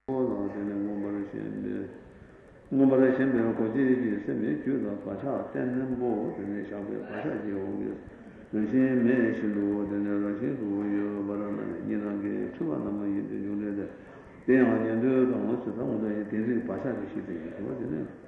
ngomba shenbe ko ji ji se me ju da ba cha ten nen bo de ne sha be ba cha ji wo ge ren xin me shi lu de ne ren xin lu yo ba la ne ni na ge chu ba na ma yi de ju le de de yang nian de dong wo shi dong de de de ba cha ji shi de yi wo de ne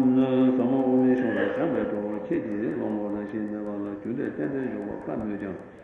Samo